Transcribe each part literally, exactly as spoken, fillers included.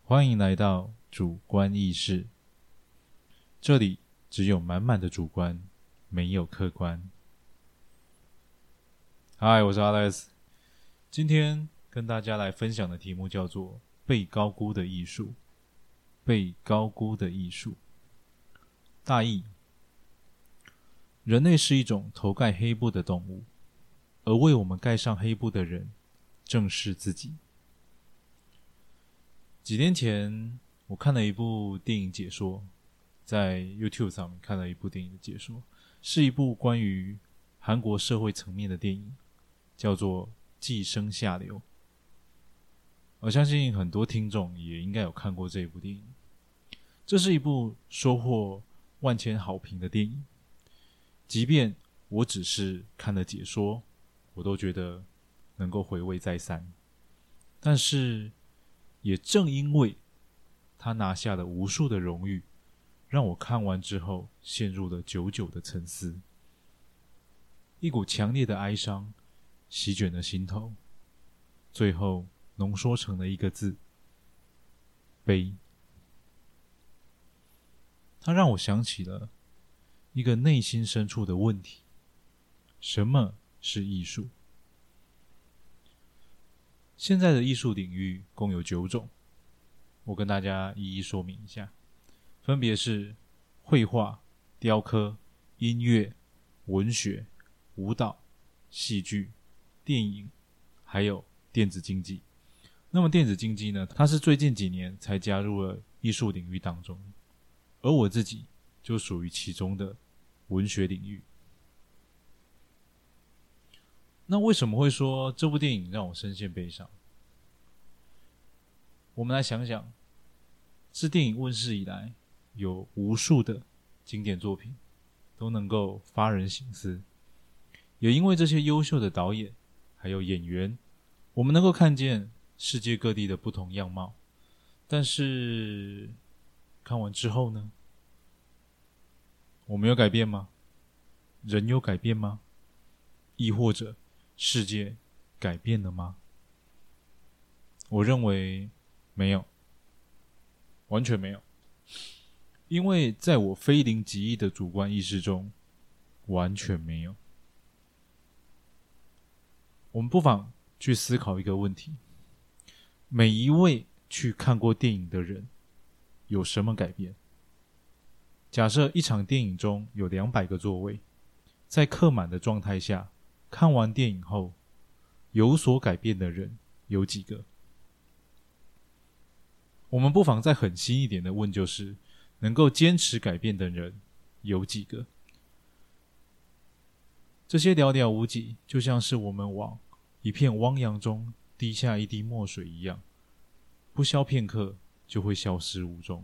欢迎来到主观意识，这里只有满满的主观，没有客观。嗨，我是 Alex， 今天跟大家来分享的题目叫做被高估的艺术。被高估的艺术。大意：人类是一种头盖黑布的动物，而为我们盖上黑布的人正是自己。几天前我看了一部电影解说，在 YouTube 上面看了一部电影的解说，是一部关于韩国社会层面的电影，叫做《寄生下流》。我相信很多听众也应该有看过这一部电影。这是一部收获万千好评的电影，即便我只是看了解说，我都觉得能够回味再三。但是也正因为他拿下了无数的荣誉，让我看完之后陷入了久久的沉思，一股强烈的哀伤席卷了心头，最后浓缩成了一个字：悲。它让我想起了一个内心深处的问题：什么是艺术？现在的艺术领域共有九种，我跟大家一一说明一下，分别是绘画、雕刻、音乐、文学、舞蹈、戏剧、电影，还有电子竞技。那么电子竞技呢，它是最近几年才加入了艺术领域当中，而我自己就属于其中的文学领域。那为什么会说这部电影让我深陷悲伤？我们来想想，自电影问世以来，有无数的经典作品都能够发人省思，也因为这些优秀的导演还有演员，我们能够看见世界各地的不同样貌。但是看完之后呢？我们有改变吗？人有改变吗？亦或者世界改变了吗？我认为没有，完全没有。因为在我非零即一的主观意识中，完全没有。我们不妨去思考一个问题：每一位去看过电影的人有什么改变？假设一场电影中有两百个座位，在客满的状态下，看完电影后有所改变的人有几个？我们不妨再狠心一点的问，就是能够坚持改变的人有几个？这些寥寥无几，就像是我们往一片汪洋中滴下一滴墨水一样，不消片刻就会消失无踪。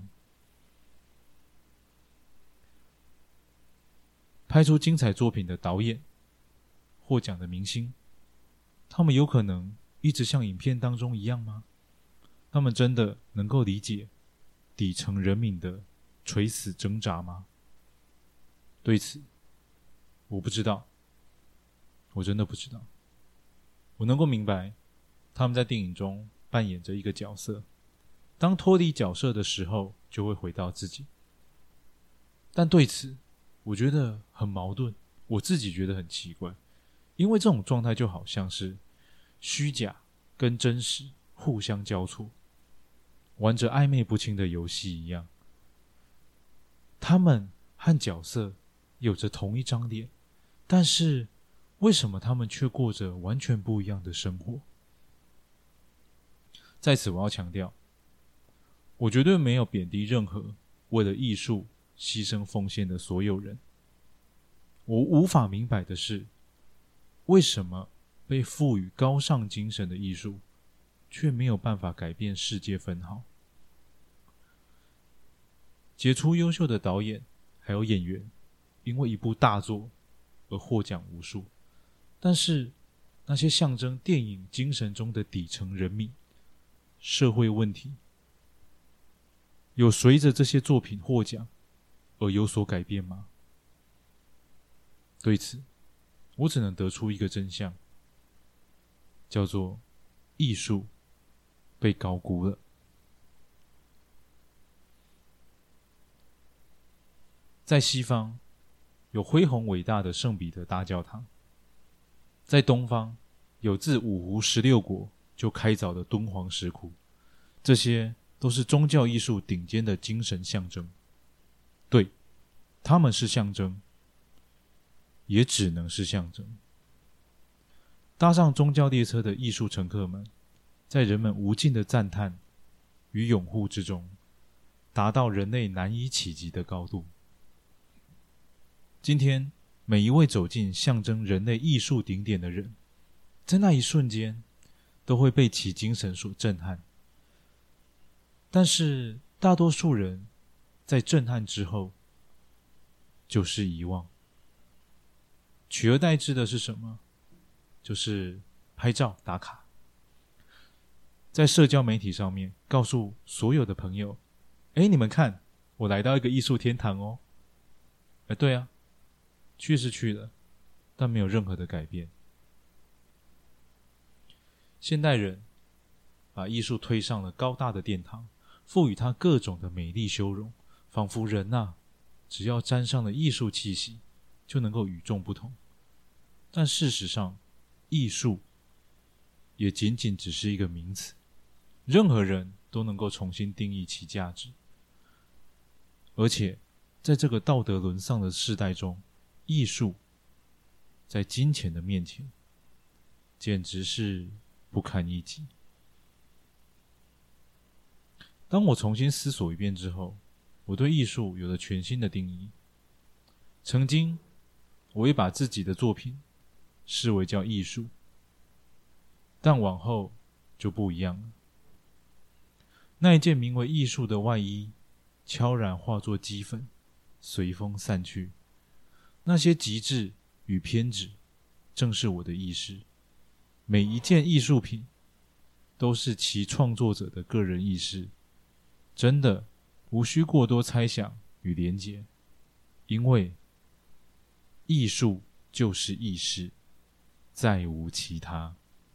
拍出精彩作品的导演，获奖的明星，他们有可能一直像影片当中一样吗？他们真的能够理解底层人民的垂死挣扎吗？对此，我不知道，我真的不知道。我能够明白，他们在电影中扮演着一个角色，当脱离角色的时候，就会回到自己。但对此，我觉得很矛盾，我自己觉得很奇怪，因为这种状态就好像是虚假跟真实互相交错，玩着暧昧不清的游戏一样。他们和角色有着同一张脸，但是为什么他们却过着完全不一样的生活？在此我要强调，我绝对没有贬低任何为了艺术牺牲奉献的所有人。我无法明白的是，为什么被赋予高尚精神的艺术却没有办法改变世界分毫？杰出优秀的导演还有演员因为一部大作而获奖无数，但是那些象征电影精神中的底层人民、社会问题，有随着这些作品获奖而有所改变吗？对此，我只能得出一个真相，叫做艺术被高估了。 在西方有恢宏伟大的圣彼得大教堂，在东方有自五胡十六国就开凿的敦煌石窟，这些都是宗教艺术顶尖的精神象征。对，他们是象征，也只能是象征。搭上宗教列车的艺术乘客们，在人们无尽的赞叹与拥护之中，达到人类难以企及的高度。今天，每一位走进象征人类艺术顶点的人，在那一瞬间都会被其精神所震撼。但是大多数人在震撼之后就是遗忘，取而代之的是什么？就是拍照打卡，在社交媒体上面告诉所有的朋友，诶，你们看，我来到一个艺术天堂哦。诶，对啊，去是去了，但没有任何的改变。现代人把艺术推上了高大的殿堂，赋予它各种的美丽修容，仿佛人啊，只要沾上了艺术气息，就能够与众不同。但事实上，艺术也仅仅只是一个名词，任何人都能够重新定义其价值。而且，在这个道德沦丧的世代中，艺术在金钱的面前，简直是不堪一击。当我重新思索一遍之后，我对艺术有了全新的定义。曾经，我也把自己的作品视为叫艺术，但往后就不一样了。那一件名为艺术的外衣，悄然化作齑粉，随风散去。那些极致与偏执，正是我的意识。每一件艺术品，都是其创作者的个人意识，真的无需过多猜想与连结，因为艺术就是意识，再无其他。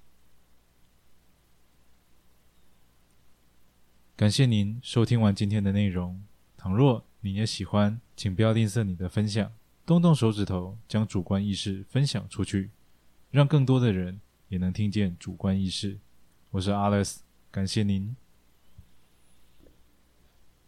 感谢您收听完今天的内容，倘若你也喜欢，请不要吝啬你的分享，动动手指头将主观意识分享出去，让更多的人也能听见主观意识。我是 Alex， 感谢您。